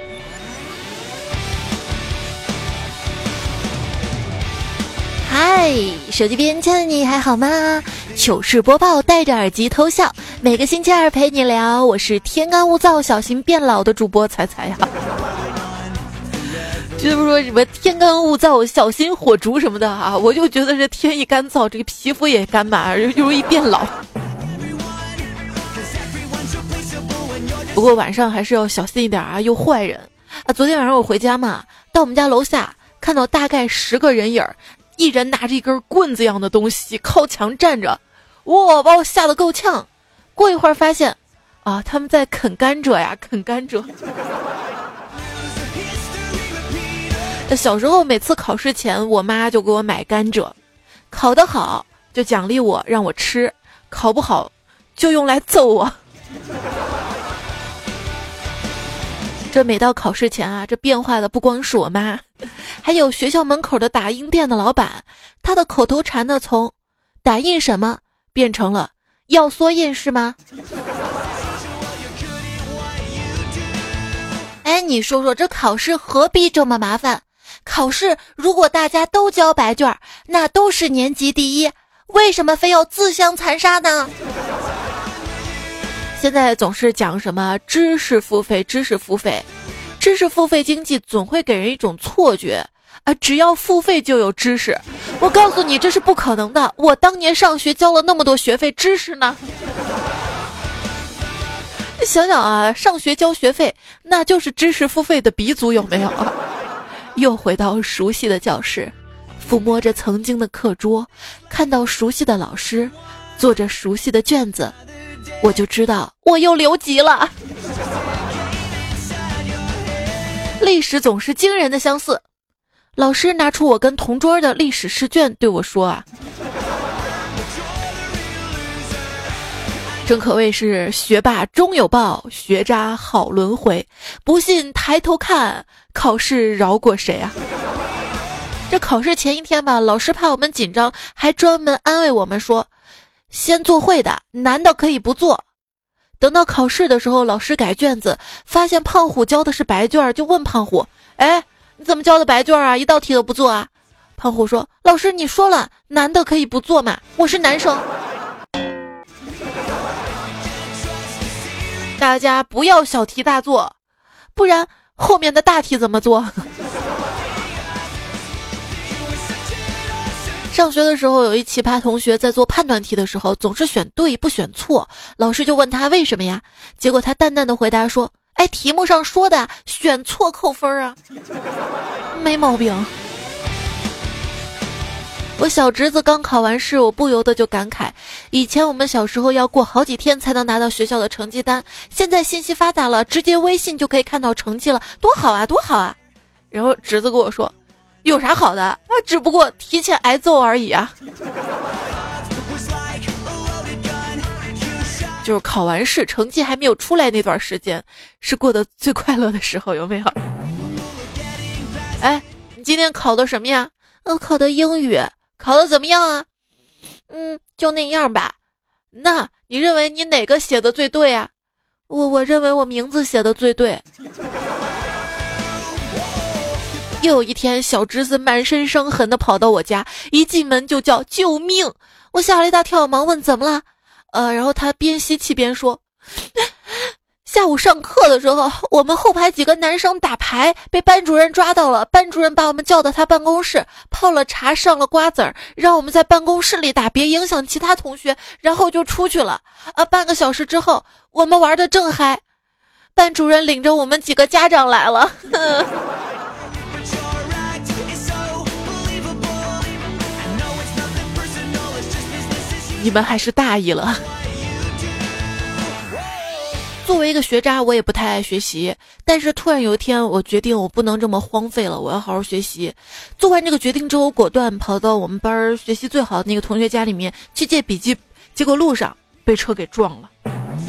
嗨，手机边亲爱的你还好吗？糗事播报，戴着耳机偷笑，每个星期二陪你聊，我是天干物燥小心变老的主播彩彩呀。就是说什么天干物燥小心火烛什么的啊，我就觉得这天一干燥，这个皮肤也干嘛，就容易变老。不过晚上还是要小心一点啊，有坏人啊！昨天晚上我回家嘛，到我们家楼下看到大概10个人影儿，一人拿着一根棍子一样的东西靠墙站着，哇，把我吓得够呛。过一会儿发现，啊，他们在啃甘蔗呀，啃甘蔗。小时候每次考试前，我妈就给我买甘蔗，考得好就奖励我让我吃，考不好就用来揍我。这每到考试前啊，这变化的不光是我妈，还有学校门口的打印店的老板，他的口头禅呢从打印什么变成了要缩印是吗？哎，你说说这考试何必这么麻烦？考试如果大家都交白卷，那都是年级第一，为什么非要自相残杀呢？现在总是讲什么知识付费，知识付费，知识付费经济总会给人一种错觉啊，只要付费就有知识。我告诉你，这是不可能的。我当年上学交了那么多学费，知识呢？想想啊，上学交学费，那就是知识付费的鼻祖，有没有？又回到熟悉的教室，抚摸着曾经的课桌，看到熟悉的老师，做着熟悉的卷子，我就知道我又留级了。历史总是惊人的相似，老师拿出我跟同桌的历史试卷对我说啊，正可谓是学霸终有报，学渣好轮回，不信抬头看，考试饶过谁啊？这考试前一天吧，老师怕我们紧张，还专门安慰我们说，先做会的，难的可以不做。等到考试的时候，老师改卷子，发现胖虎交的是白卷，就问胖虎，哎，你怎么交的白卷啊？一道题都不做啊？胖虎说，老师你说了，男的可以不做嘛，我是男生。大家不要小题大做，不然后面的大题怎么做？上学的时候，有一奇葩同学在做判断题的时候总是选对不选错，老师就问他为什么呀？结果他淡淡的回答说，哎，题目上说的选错扣分啊。没毛病。我小侄子刚考完试，我不由得就感慨，以前我们小时候要过好几天才能拿到学校的成绩单，现在信息发达了，直接微信就可以看到成绩了，多好啊多好啊。然后侄子跟我说，有啥好的啊，只不过提前挨揍而已啊。就是考完试成绩还没有出来那段时间是过得最快乐的时候，有没有？哎，你今天考的什么呀？考的英语。考得怎么样啊？就那样吧。那你认为你哪个写的最对啊？我认为我名字写的最对。又有一天，小侄子满身伤痕的跑到我家，一进门就叫救命，我吓了一大跳，忙问怎么了？然后他边吸气边说，下午上课的时候，我们后排几个男生打牌被班主任抓到了，班主任把我们叫到他办公室，泡了茶上了瓜子儿，让我们在办公室里打，别影响其他同学，然后就出去了。半个小时之后，我们玩得正嗨，班主任领着我们几个家长来了。你们还是大意了。作为一个学渣，我也不太爱学习，但是突然有一天我决定我不能这么荒废了，我要好好学习。做完这个决定之后，果断跑到我们班学习最好的那个同学家里面去借笔记，结果路上被车给撞了，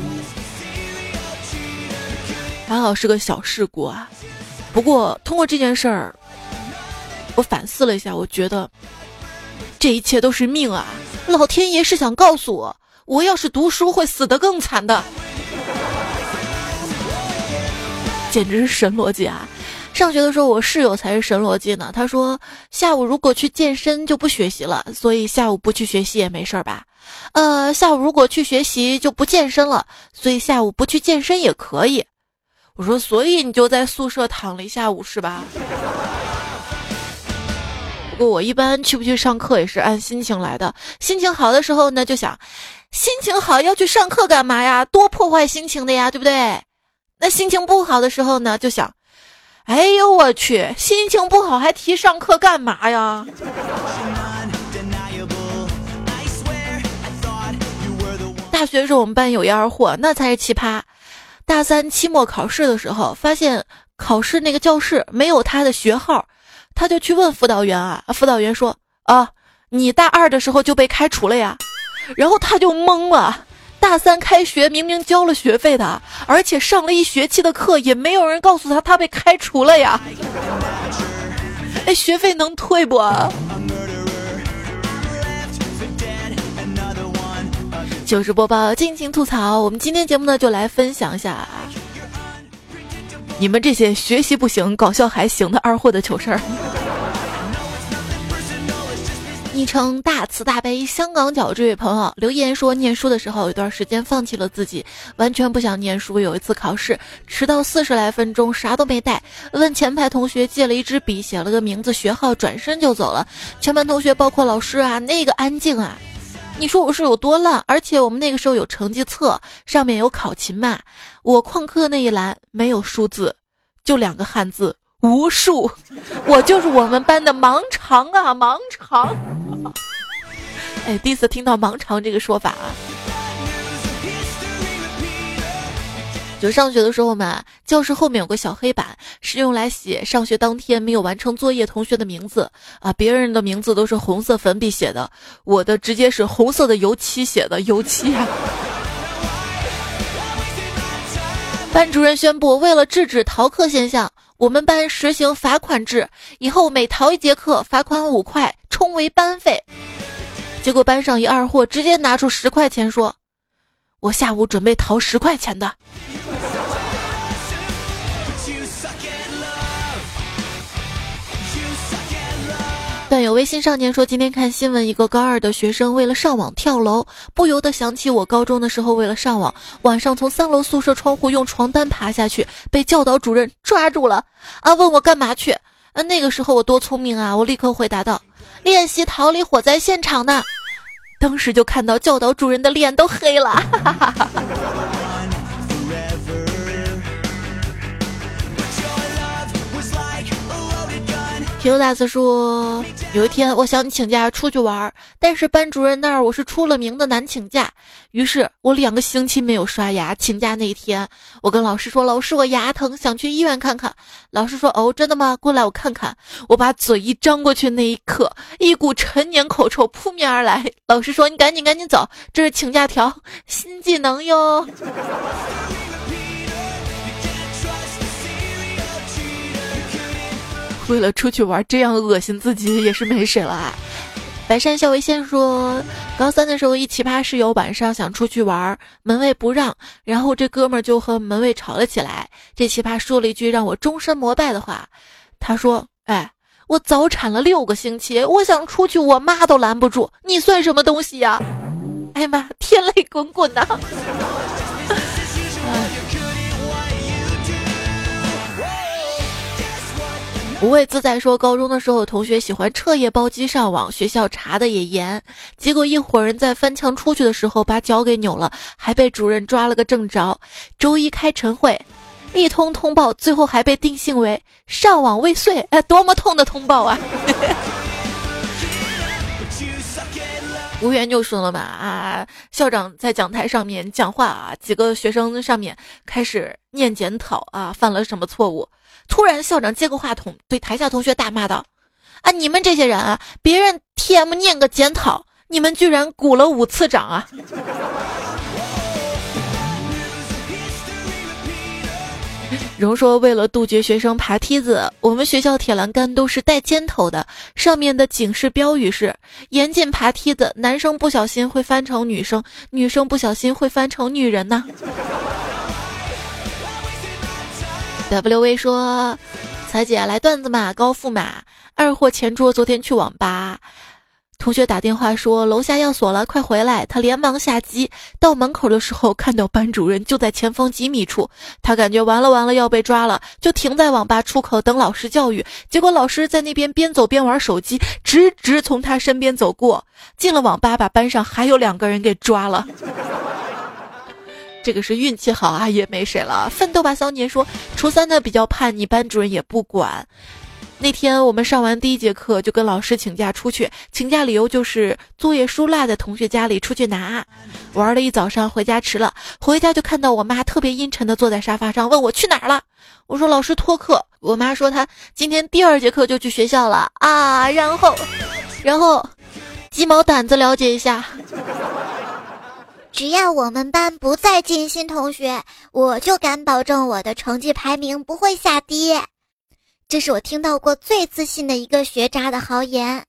还好是个小事故啊。不过通过这件事儿，我反思了一下，我觉得这一切都是命啊，老天爷是想告诉我，我要是读书会死得更惨的。 简直是神逻辑啊！上学的时候，我室友才是神逻辑呢。他说下午如果去健身就不学习了，所以下午不去学习也没事吧？下午如果去学习就不健身了，所以下午不去健身也可以。我说，所以你就在宿舍躺了一下午是吧？不过我一般去不去上课也是按心情来的，心情好的时候呢，就想心情好要去上课干嘛呀？多破坏心情的呀，对不对？那心情不好的时候呢，就想，哎呦我去，心情不好还提上课干嘛呀？大学时候我们班有一二货，那才是奇葩。大三期末考试的时候，发现考试那个教室没有他的学号，他就去问辅导员啊，辅导员说你大二的时候就被开除了呀。然后他就懵了，大三开学明明交了学费的，而且上了一学期的课，也没有人告诉他被开除了呀。哎，学费能退不？糗事播报，尽情吐槽。我们今天节目呢，就来分享一下你们这些学习不行、搞笑还行的二货的糗事儿。昵称大慈大悲香港脚这位朋友留言说，念书的时候有一段时间放弃了自己，完全不想念书。有一次考试迟到40来分钟，啥都没带，问前排同学借了一支笔，写了个名字学号，转身就走了。全班同学包括老师啊，那个安静啊，你说我是有多烂？而且我们那个时候有成绩册，上面有考勤嘛，我旷课那一栏没有数字，就2个汉字无数。我就是我们班的盲肠啊，盲肠。哎，第一次听到盲肠这个说法啊。就上学的时候嘛，教室后面有个小黑板，是用来写上学当天没有完成作业同学的名字啊。别人的名字都是红色粉笔写的，我的直接是红色的油漆写的，油漆啊。班主任宣布，为了制止逃课现象，我们班实行罚款制，以后每逃1节课罚款5块，充为班费。结果班上一二货直接拿出10块钱说，我下午准备逃10块钱的。段友微信少年说，今天看新闻，一个高2的学生为了上网跳楼，不由得想起我高中的时候为了上网，晚上从3楼宿舍窗户用床单爬下去，被教导主任抓住了啊，问我干嘛去那个时候我多聪明啊，我立刻回答道，练习逃离火灾现场呢。当时就看到教导主任的脸都黑了。皮尤大斯说，有一天我想请假出去玩，但是班主任那儿我是出了名的难请假，于是我2个星期没有刷牙。请假那一天，我跟老师说，老师我牙疼，想去医院看看。老师说，哦，真的吗？过来我看看。我把嘴一张过去，那一刻一股陈年口臭扑面而来。老师说，你赶紧走，这是请假条，新技能哟。为了出去玩这样恶心自己也是没谁了啊。白山小微线说，高3的时候一奇葩室友晚上想出去玩，门卫不让，然后这哥们儿就和门卫吵了起来。这奇葩说了一句让我终身膜拜的话，他说，哎，我早产了6个星期，我想出去我妈都拦不住，你算什么东西呀？哎呀妈，天泪滚滚呐。无畏自在说，高中的时候同学喜欢彻夜包机上网，学校查的也严，结果一伙人在翻墙出去的时候把脚给扭了，还被主任抓了个正着。周一开晨会，一通通报，最后还被定性为上网未遂。哎，多么痛的通报啊。无缘就说了嘛校长在讲台上面讲话啊，几个学生上面开始念检讨啊，犯了什么错误。突然校长接过话筒对台下同学大骂道，啊，你们这些人啊，别人 TM 念个检讨，你们居然鼓了5次掌啊。荣说，为了杜绝学生爬梯子，我们学校铁栏杆都是带尖头的，上面的警示标语是，严禁爬梯子，男生不小心会翻成女生，女生不小心会翻成女人呢。 WV 说，彩姐来段子嘛，高富马二货前桌昨天去网吧，同学打电话说楼下要锁了，快回来。他连忙下机，到门口的时候看到班主任就在前方几米处，他感觉完了要被抓了，就停在网吧出口等老师教育。结果老师在那边边走边玩手机，直从他身边走过，进了网吧把班上还有2个人给抓了。这个是运气好啊，也没谁了。奋斗吧骚年说，初3的比较叛逆，班主任也不管。那天我们上完第1节课就跟老师请假出去，请假理由就是作业书落在同学家里出去拿。玩了一早上，回家迟了，回家就看到我妈特别阴沉的坐在沙发上，问我去哪儿了。我说老师托课。我妈说她今天第2节课就去学校了啊，然后鸡毛掸子了解一下。 只要我们班不再进新同学，我就敢保证我的成绩排名不会下跌。这是我听到过最自信的一个学渣的豪言。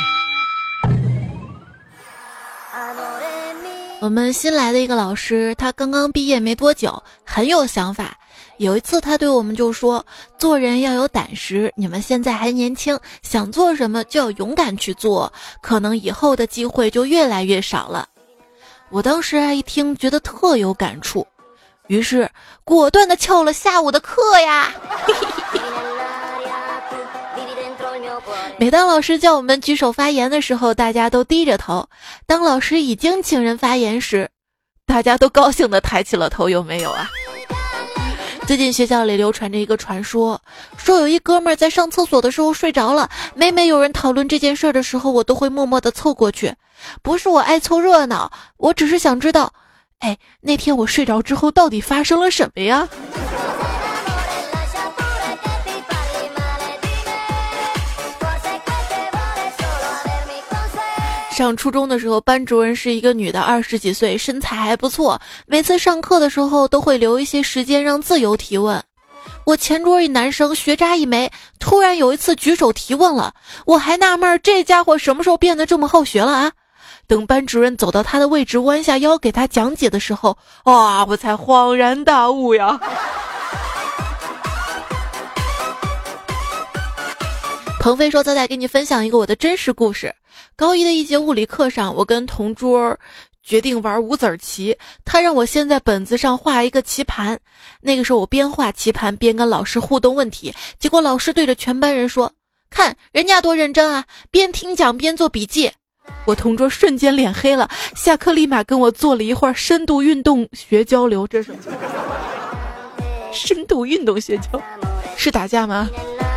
我们新来的一个老师，他刚刚毕业没多久，很有想法。有一次他对我们就说，做人要有胆识，你们现在还年轻，想做什么就要勇敢去做，可能以后的机会就越来越少了。我当时一听觉得特有感触，于是果断地翘了下午的课呀。每当老师叫我们举手发言的时候，大家都低着头；当老师已经请人发言时，大家都高兴地抬起了头，有没有啊？最近学校里流传着一个传说，说有一哥们儿在上厕所的时候睡着了，每有人讨论这件事的时候，我都会默默地凑过去。不是我爱凑热闹，我只是想知道，那天我睡着之后到底发生了什么呀？上初中的时候，班主任是一个女的，20几岁，身材还不错。每次上课的时候都会留一些时间让自由提问。我前桌一男生学渣一枚，突然有一次举手提问了，我还纳闷这家伙什么时候变得这么好学了啊？等班主任走到他的位置，弯下腰给他讲解的时候，哇，我才恍然大悟呀！鹏飞说，再给你分享一个我的真实故事。高1的一节物理课上，我跟同桌决定玩5子棋，他让我先在本子上画一个棋盘。那个时候我边画棋盘边跟老师互动问题，结果老师对着全班人说，看人家多认真啊，边听讲边做笔记。我同桌瞬间脸黑了，下课立马跟我做了一会儿深度运动学交流。这是什么？深度运动学交是打架吗？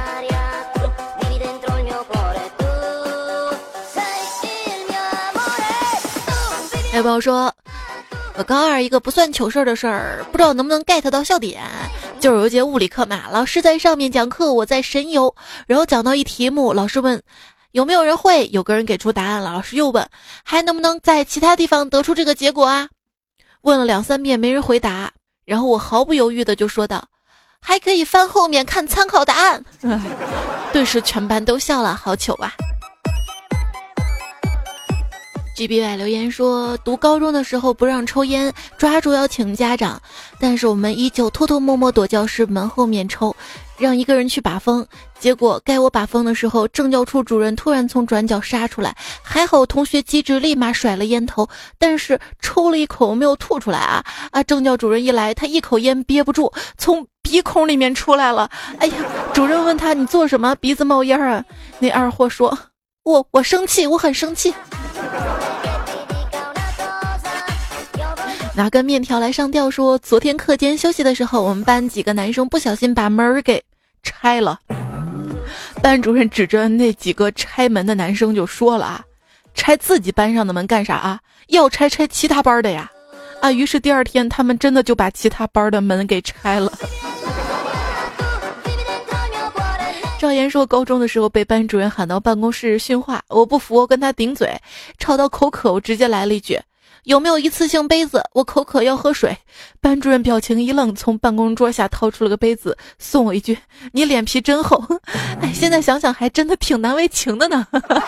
有朋友说，我高2一个不算糗事儿的事儿，不知道能不能 get 到笑点。就是有一节物理课嘛，老师在上面讲课，我在神游，然后讲到一题目，老师问有没有人会，有个人给出答案了，老师又问还能不能在其他地方得出这个结果啊？问了2、3遍没人回答，然后我毫不犹豫的就说道，还可以翻后面看参考答案。顿时全班都笑了，好糗啊。GBY 留言说，读高中的时候不让抽烟，抓住要请家长，但是我们依旧偷偷摸摸躲教室门后面抽，让一个人去把风。结果该我把风的时候，政教处主任突然从转角杀出来，还好同学机智，立马甩了烟头，但是抽了一口没有吐出来啊！政教主任一来，他一口烟憋不住，从鼻孔里面出来了。哎呀，主任问他你做什么，鼻子冒烟啊？那二货说，我生气，我很生气。拿根面条来上吊说，昨天课间休息的时候，我们班几个男生不小心把门给拆了。班主任指着那几个拆门的男生就说了啊，拆自己班上的门干啥啊？要拆其他班的呀！于是第2天他们真的就把其他班的门给拆了。赵岩说，高中的时候被班主任喊到办公室训话，我不服，我跟他顶嘴，吵到口渴，我直接来了一句，有没有一次性杯子？我口渴要喝水。班主任表情一愣，从办公桌下掏出了个杯子，送我一句，你脸皮真厚。现在想想还真的挺难为情的呢。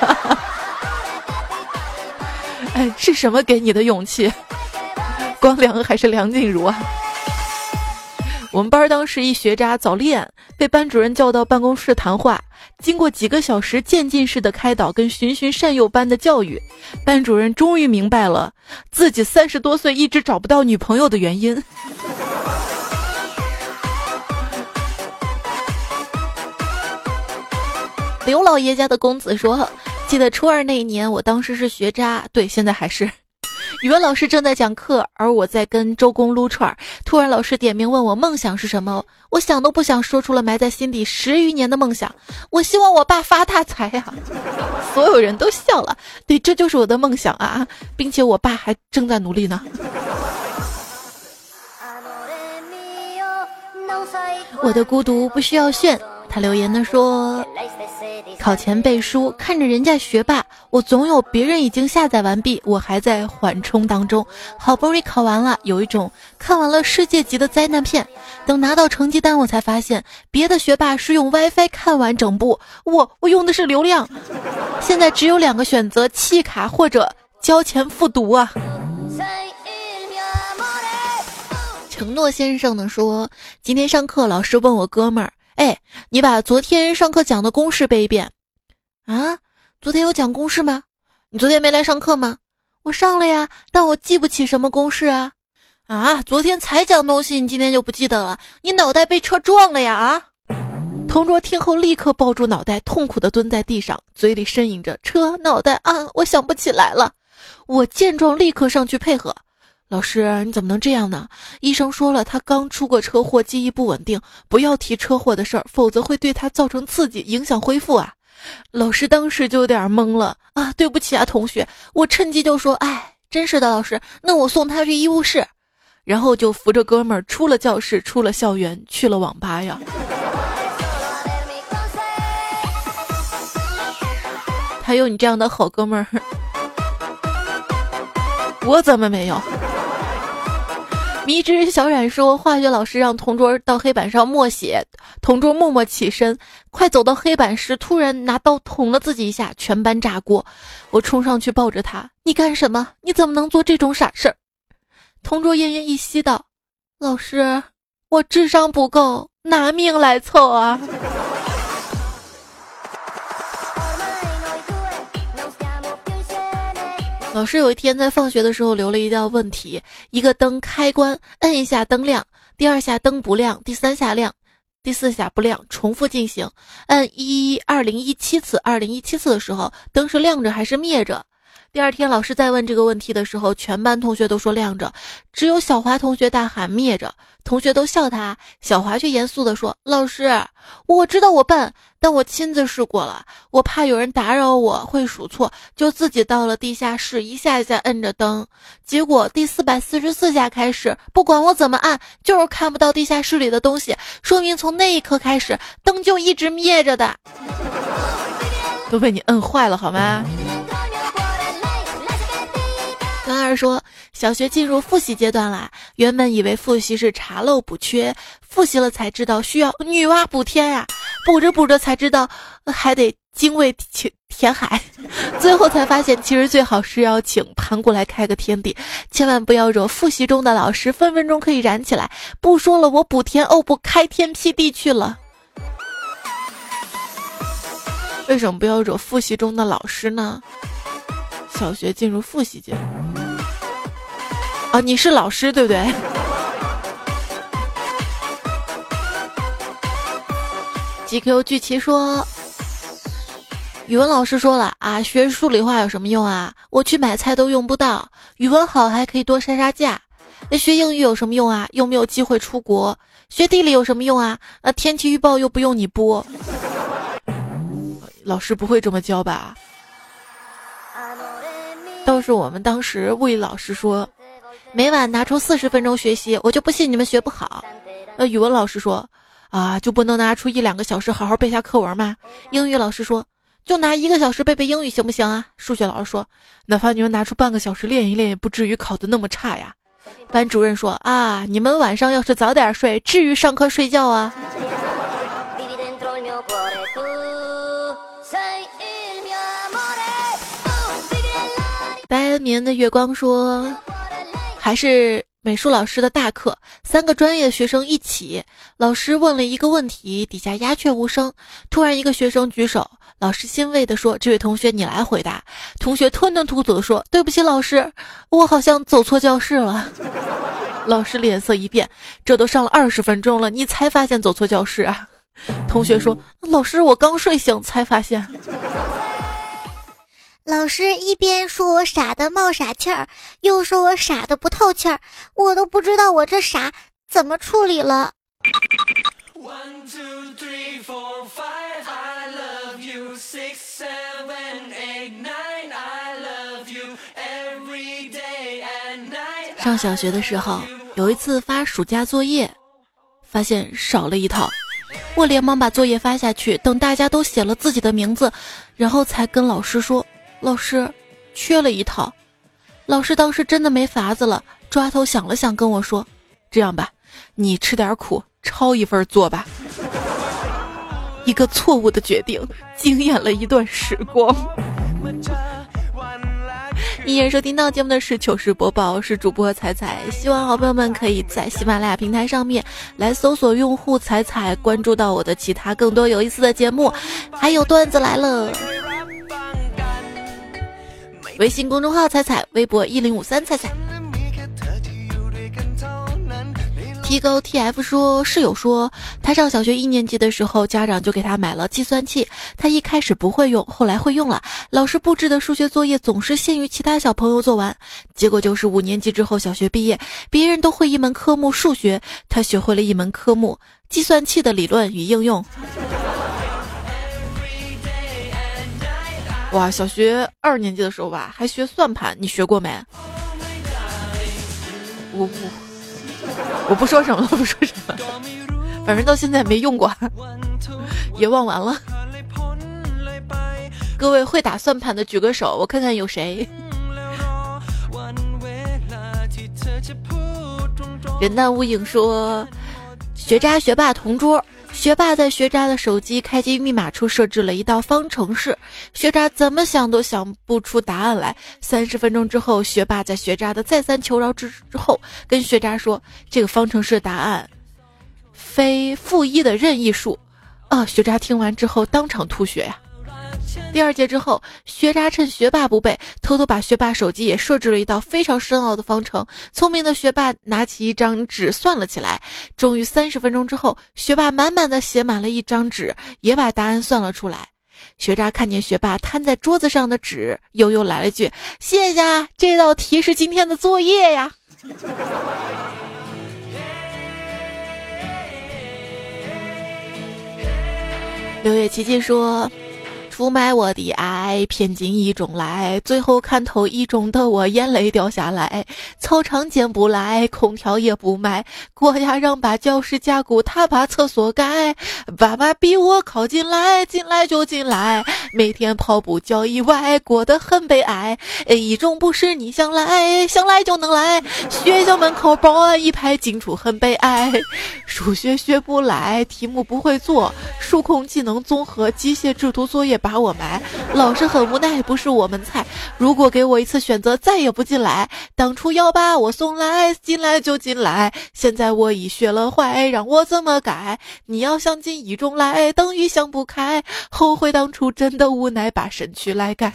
是什么给你的勇气？光良还是梁静茹啊？ 我们班当时一学渣早恋，被班主任叫到办公室谈话，经过几个小时渐进式的开导跟循循善诱般的教育，班主任终于明白了自己30多岁一直找不到女朋友的原因。刘老爷家的公子说，记得初二那一年，我当时是学渣，对，现在还是。语文老师正在讲课，而我在跟周公撸串，突然老师点名问我梦想是什么，我想都不想说出了埋在心底10余年的梦想，我希望我爸发大财啊！所有人都笑了，对，这就是我的梦想啊，并且我爸还正在努力呢。我的孤独不需要炫，他留言的说，考前背书，看着人家学霸，我总有别人已经下载完毕，我还在缓冲当中，好不容易考完了，有一种看完了世界级的灾难片。等拿到成绩单，我才发现别的学霸是用 WiFi 看完整部，我用的是流量。现在只有2个选择，弃卡或者交钱复读啊。承诺先生呢说，今天上课老师问我哥们儿，你把昨天上课讲的公式背一遍。啊，昨天有讲公式吗？你昨天没来上课吗？我上了呀，但我记不起什么公式啊。啊，昨天才讲东西，你今天就不记得了？你脑袋被车撞了呀啊！同桌听后立刻抱住脑袋，痛苦地蹲在地上，嘴里呻吟着车脑袋啊，我想不起来了。我见状立刻上去配合。老师，你怎么能这样呢？医生说了，他刚出过车祸，记忆不稳定，不要提车祸的事儿，否则会对他造成刺激，影响恢复啊。老师当时就有点懵了啊，对不起啊，同学。我趁机就说，真是的，老师，那我送他去医务室。然后就扶着哥们儿出了教室，出了校园，去了网吧呀。还有你这样的好哥们儿，我怎么没有？迷之小冉说，化学老师让同桌到黑板上默写，同桌默默起身，快走到黑板时，突然拿刀捅了自己一下，全班炸锅。我冲上去抱着他，你干什么？你怎么能做这种傻事儿？同桌奄奄一息道，老师，我智商不够，拿命来凑啊。老师有一天在放学的时候留了一道问题，一个灯开关，摁一下灯亮，第2下灯不亮，第3下亮，第4下不亮，重复进行，按2017次的时候，灯是亮着还是灭着？第2天老师再问这个问题的时候，全班同学都说亮着，只有小华同学大喊灭着，同学都笑他，小华却严肃地说，老师，我知道我笨，但我亲自试过了，我怕有人打扰我会数错，就自己到了地下室，一下一下摁着灯，结果第444下开始，不管我怎么按，就是看不到地下室里的东西，说明从那一刻开始，灯就一直灭着的。都被你摁坏了好吗？刚二说，小学进入复习阶段啦，原本以为复习是查漏补缺，复习了才知道需要女娲补天呀，补着补着才知道还得精卫填海，最后才发现其实最好是要请盘古来开个天地，千万不要惹复习中的老师，分分钟可以燃起来，不说了，我补天不开天辟地去了。为什么不要惹复习中的老师呢？小学进入复习阶段啊，你是老师对不对？GQ 聚齐说，语文老师说了啊，学数理化有什么用啊？我去买菜都用不到，语文好还可以多杀杀价。学英语有什么用啊？又没有机会出国。学地理有什么用啊？天气预报又不用你播。老师不会这么教吧？倒是我们当时物理老师说，每晚拿出40分钟学习，我就不信你们学不好。语文老师说，就不能拿出1-2个小时好好背下课文吗？英语老师说，就拿1个小时背背英语行不行啊？数学老师说，哪怕你们拿出半个小时练一练，也不至于考得那么差呀。班主任说，你们晚上要是早点睡，至于上课睡觉啊？白绵的月光说，还是美术老师的大课，3个专业学生一起，老师问了一个问题，底下鸦雀无声。突然一个学生举手，老师欣慰地说：“这位同学你来回答。”同学吞吞吐吐地说：“对不起老师，我好像走错教室了。”老师脸色一变，这都上了20分钟了，你才发现走错教室啊？同学说：“老师，我刚睡醒才发现。” 老师一边说我傻的冒傻气儿，又说我傻的不透气儿，我都不知道我这傻怎么处理了。1 2 3 4 5 I love you 6 7 8 9 I love you every day and night。 上小学的时候，有一次发暑假作业，发现少了一套，我连忙把作业发下去，等大家都写了自己的名字，然后才跟老师说：“老师，缺了一套。”老师当时真的没法子了，抓头想了想跟我说：“这样吧，你吃点苦，抄一份做吧。”一个错误的决定，惊艳了一段时光。你也收听到节目的是糗事播报，是主播彩彩。希望好朋友们可以在喜马拉雅平台上面来搜索用户彩彩，关注到我的其他更多有意思的节目，还有段子来了。微信公众号彩彩，微博1053彩彩。TGOTF 说，室友说他上小学1年级的时候，家长就给他买了计算器，他一开始不会用，后来会用了。老师布置的数学作业总是限于其他小朋友做完，结果就是5年级之后小学毕业，别人都会一门科目数学，他学会了一门科目计算器的理论与应用。哇，小学2年级的时候吧，还学算盘，你学过没？我不说什么了，不说什么，反正到现在没用过，也忘完了。各位会打算盘的举个手，我看看有谁。人淡无影说，学渣学霸同桌，学霸在学渣的手机开机密码处设置了一道方程式，学渣怎么想都想不出答案来。30分钟之后，学霸在学渣的再三求饶之后，跟学渣说，这个方程式答案非负1的任意数。学渣听完之后当场吐血呀。第2节之后，学渣趁学霸不备，偷偷把学霸手机也设置了一道非常深奥的方程。聪明的学霸拿起一张纸算了起来，终于30分钟之后，学霸满满的写满了一张纸，也把答案算了出来。学渣看见学霸摊在桌子上的纸，又来了句：“谢谢啊，这道题是今天的作业呀。”6月奇迹说，出卖我的爱，骗进一中来，最后看透一中的我，眼泪掉下来。操场捡不来，空调也不买，国家让把教室加固，他把厕所改。爸爸逼我考进来，进来就进来，每天跑步较意外，过得很悲哀。一中不是你想来，想来就能来，学校门口保安一排进出很悲哀。数学学不来，题目不会做，数控技能综合，机械制图作业把我埋，老师很无奈，不是我们菜。如果给我一次选择，再也不进来。当初要把我送来，进来就进来，现在我已学了坏，让我怎么改？你要想进一中来，等于想不开，后悔当初真的无奈，把身躯来改。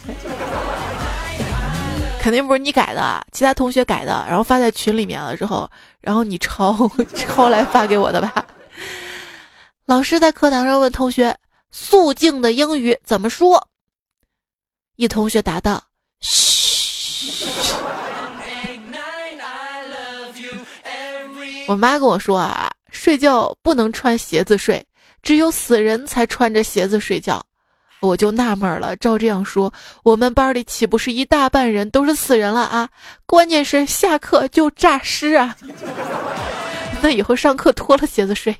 肯定不是你改的，其他同学改的，然后发在群里面了之后，然后你抄来发给我的吧。老师在课堂上问同学，肃静的英语怎么说？一同学答道：嘘。我妈跟我说啊，睡觉不能穿鞋子睡，只有死人才穿着鞋子睡觉。我就纳闷了，照这样说，我们班里岂不是一大半人都是死人了啊？关键是下课就诈尸啊！那以后上课脱了鞋子睡。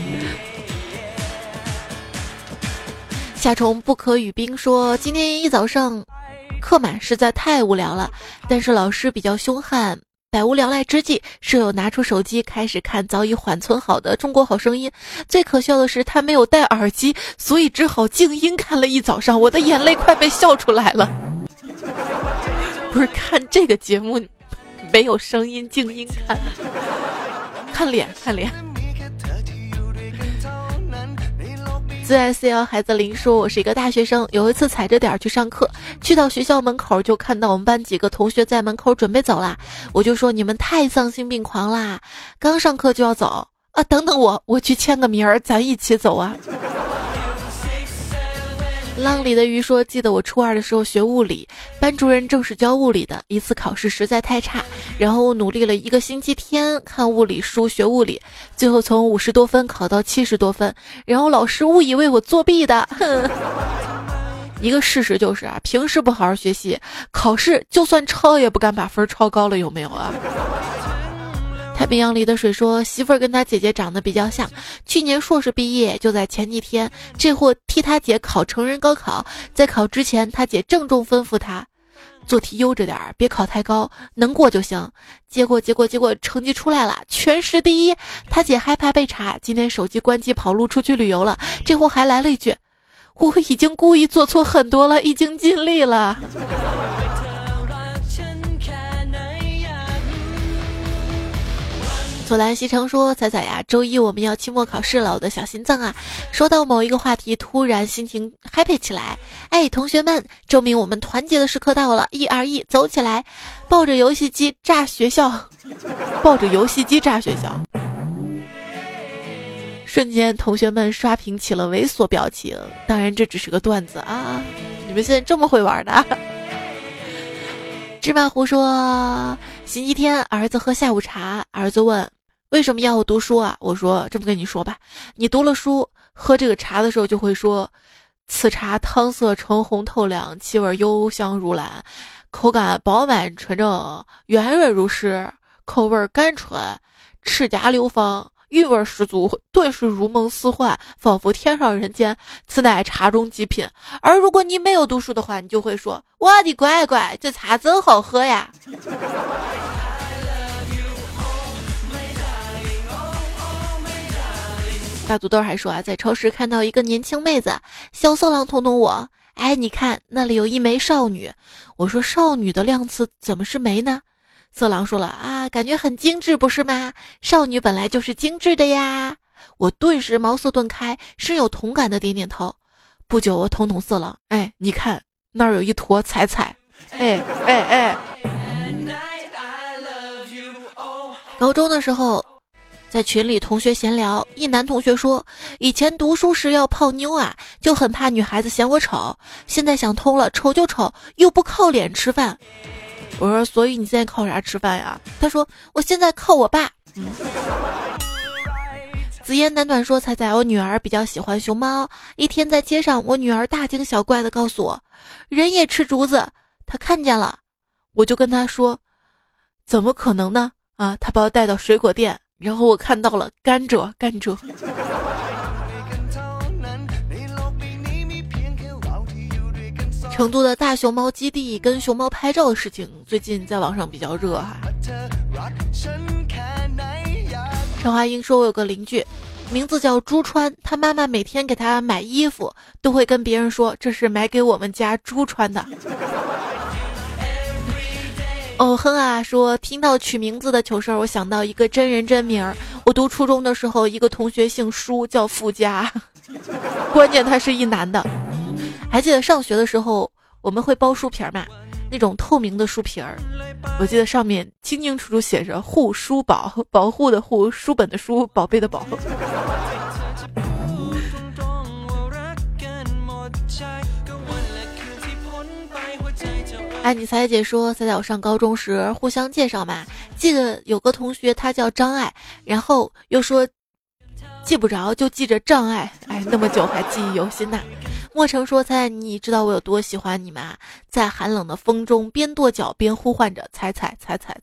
夏虫不可语冰说，今天一早上课满实在太无聊了，但是老师比较凶悍，百无聊赖之际，舍友拿出手机开始看早已缓存好的中国好声音。最可笑的是他没有戴耳机，所以只好静音看了一早上，我的眼泪快被笑出来了。不是看这个节目没有声音，静音看，看脸。ZSL 孩子林说，我是一个大学生，有一次踩着点去上课，去到学校门口就看到我们班几个同学在门口准备走啦，我就说你们太丧心病狂啦，刚上课就要走啊，等等我去签个名儿，咱一起走啊。浪里的鱼说，记得我初2的时候学物理，班主任正是教物理的，一次考试实在太差，然后我努力了1个星期天看物理书学物理，最后从50多分考到70多分，然后老师误以为我作弊的。一个事实就是啊，平时不好好学习，考试就算抄也不敢把分抄高了，有没有啊？太平洋里的水说，媳妇儿跟他姐姐长得比较像，去年硕士毕业就在前几天，这货替他姐考成人高考，在考之前他姐郑重吩咐他做题悠着点儿，别考太高，能过就行。结果成绩出来了，全市第一。他姐害怕被查，今天手机关机跑路出去旅游了，这货还来了一句，我已经故意做错很多了，已经尽力了。左蓝西城说，彩彩呀，周一我们要期末考试了，我的小心脏啊。说到某一个话题，突然心情 happy 起来。哎，同学们，证明我们团结的时刻到了，1、2、1，走起来！抱着游戏机炸学校，抱着游戏机炸学校。瞬间，同学们刷屏起了猥琐表情。当然，这只是个段子啊！你们现在这么会玩的啊？芝麻糊说，星期天儿子喝下午茶，儿子问为什么要我读书啊？我说这么跟你说吧，你读了书，喝这个茶的时候就会说，此茶汤色橙红透亮，气味幽香如兰，口感饱满纯正，圆润如诗，口味甘醇，齿颊流芳，韵味十足，顿时如梦似幻，仿佛天上人间，此乃茶中极品。而如果你没有读书的话，你就会说，我的乖乖，这茶真好喝呀。大土豆还说啊，在超市看到一个年轻妹子，小色狼捅捅我，哎，你看那里有一枚少女。我说少女的量词怎么是枚呢？色狼说了啊，感觉很精致不是吗？少女本来就是精致的呀。我顿时茅塞顿开，深有同感的点点头。不久我捅捅色狼，哎，你看那儿有一坨彩彩，哎。高中的时候在群里同学闲聊，一男同学说，以前读书时要泡妞啊，就很怕女孩子嫌我丑，现在想通了，丑就丑，又不靠脸吃饭。我说所以你现在靠啥吃饭呀？他说我现在靠我爸。紫言短短说，彩彩，我女儿比较喜欢熊猫，一天在街上，我女儿大惊小怪地告诉我，人也吃竹子，她看见了。我就跟她说，怎么可能呢？啊，她把我带到水果店，然后我看到了甘蔗。成都的大熊猫基地跟熊猫拍照的事情最近在网上比较热哈。陈华英说，我有个邻居名字叫朱川，他妈妈每天给他买衣服都会跟别人说，这是买给我们家猪穿的。哦哼啊说，听到取名字的糗事儿，我想到一个真人真名儿。我读初中的时候，一个同学姓舒，叫富家，关键他是一男的。还记得上学的时候我们会包书皮儿嘛，那种透明的书皮儿，我记得上面清清楚楚写着护书宝，保护的护，书本的书，宝贝的宝。哎，你彩姐说，彩彩我上高中时互相介绍嘛，记得有个同学他叫张爱，然后又说记不着就记着障碍，哎，那么久还记忆犹新呐。莫成说，彩彩你知道我有多喜欢你吗？在寒冷的风中边跺脚边呼唤着彩彩。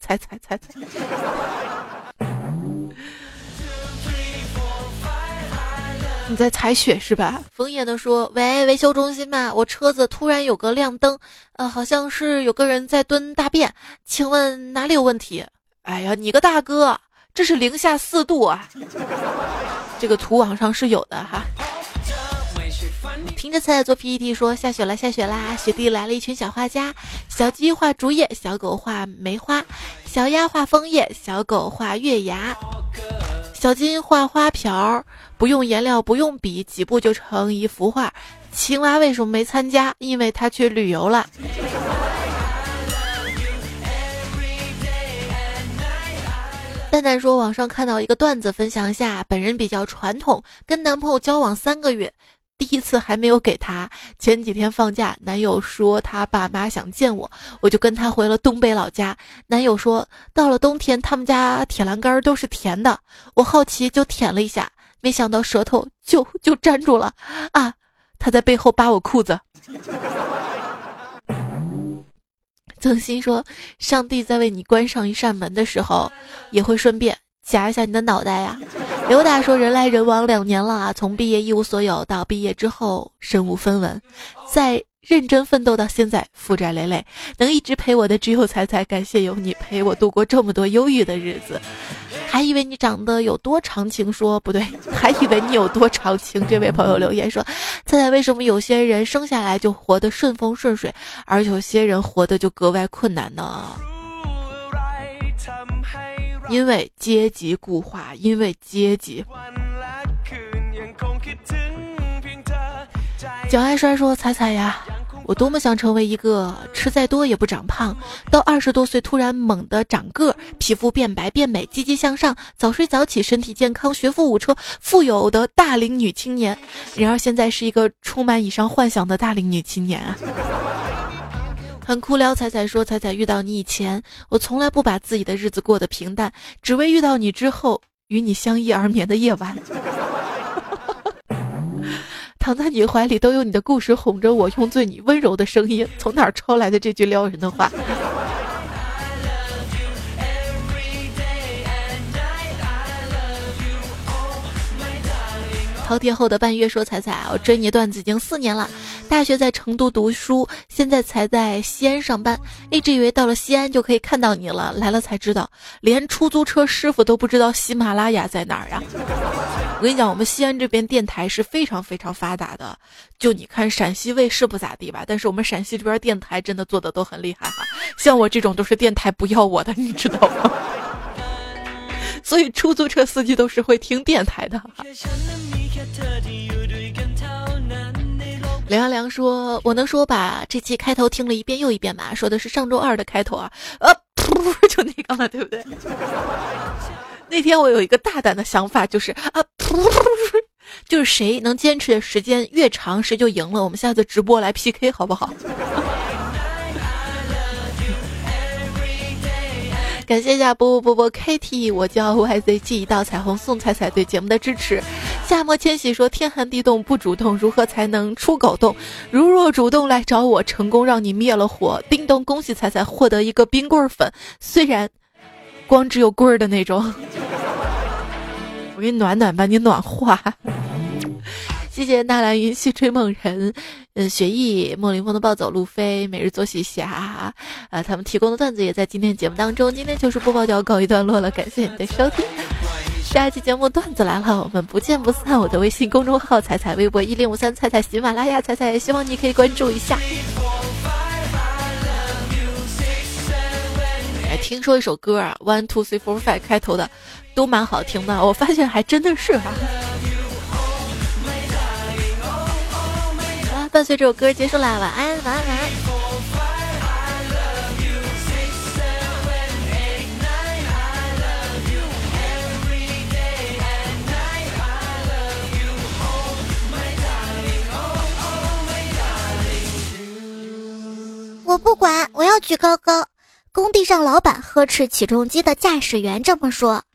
你在采雪是吧？枫叶的说，喂，维修中心吗？我车子突然有个亮灯，好像是有个人在蹲大便，请问哪里有问题？哎呀，你个大哥，这是-4度啊！这个图网上是有的哈。 听着菜做 PPT 说下雪了下雪啦，雪地来了一群小画家，小鸡画竹叶，小狗画梅花，小鸭画枫叶，小狗画月牙，小金画花瓢，不用颜料不用笔，几步就成一幅画。青蛙为什么没参加？因为他去旅游了。蛋蛋说网上看到一个段子，分享一下。本人比较传统，跟男朋友交往3个月，第一次还没有给他。前几天放假，男友说他爸妈想见我，我就跟他回了东北老家。男友说到了冬天他们家铁栏杆都是甜的，我好奇就舔了一下，没想到舌头就粘住了啊！他在背后扒我裤子。曾心说上帝在为你关上一扇门的时候，也会顺便夹一下你的脑袋呀。刘大说人来人往2年了啊，从毕业一无所有到毕业之后身无分文，在认真奋斗到现在负债累累，能一直陪我的只有彩彩，感谢有你陪我度过这么多忧郁的日子。还以为你长得有多长情，说不对，还以为你有多长情。这位朋友留言说，猜猜为什么有些人生下来就活得顺风顺水，而有些人活得就格外困难呢？因为阶级固化，因为阶级。脚爱摔说，彩彩呀，我多么想成为一个吃再多也不长胖，到20多岁突然猛地长个，皮肤变白变美，积极向上，早睡早起，身体健康，学富五车，富有的大龄女青年。然而现在是一个充满以上幻想的大龄女青年啊。很哭聊彩彩说，彩彩遇到你以前，我从来不把自己的日子过得平淡，只为遇到你之后与你相依而眠的夜晚。躺在你怀里都有你的故事哄着我，用最你温柔的声音，从哪儿抄来的这句撩人的话？饕餮后的半月说，彩彩，我追你段子已经4年了，大学在成都读书，现在才在西安上班，一直以为到了西安就可以看到你了，来了才知道，连出租车师傅都不知道喜马拉雅在哪儿啊！我跟你讲，我们西安这边电台是非常非常发达的，就你看陕西卫视不咋地吧，但是我们陕西这边电台真的做的都很厉害哈，像我这种都是电台不要我的，你知道吗？所以出租车司机都是会听电台的。梁梁说，我能说我把这期开头听了一遍又一遍吧，说的是上周2的开头啊，噗，就那个嘛，对不对？那天我有一个大胆的想法，就是就是谁能坚持的时间越长谁就赢了，我们下次直播来 PK 好不好？感谢一下波KT， 我叫 YZG， 一道彩虹送彩彩对节目的支持。夏末千玺说，天寒地冻不主动，如何才能出狗洞？如若主动来找我，成功让你灭了火。叮咚，恭喜彩彩获得一个冰棍粉，虽然光只有棍儿的那种，我给你暖暖，把你暖化。谢谢纳兰云溪追梦人，雪翼莫林峰的暴走路飞，每日作息侠，他们提供的段子也在今天节目当中。今天就是播报就要告一段落了，感谢你的收听。下一期节目段子来了，我们不见不散。我的微信公众号彩彩，微博1053彩彩，喜马拉雅彩彩，也希望你可以关注一下。听说一首歌啊，1 2 3 4 5开头的都蛮好听的，我发现还真的是啊。伴随这首歌结束啦，晚安，晚安，晚安。 我不管，我要举高高。工地上老板呵斥起重机的驾驶员这么说：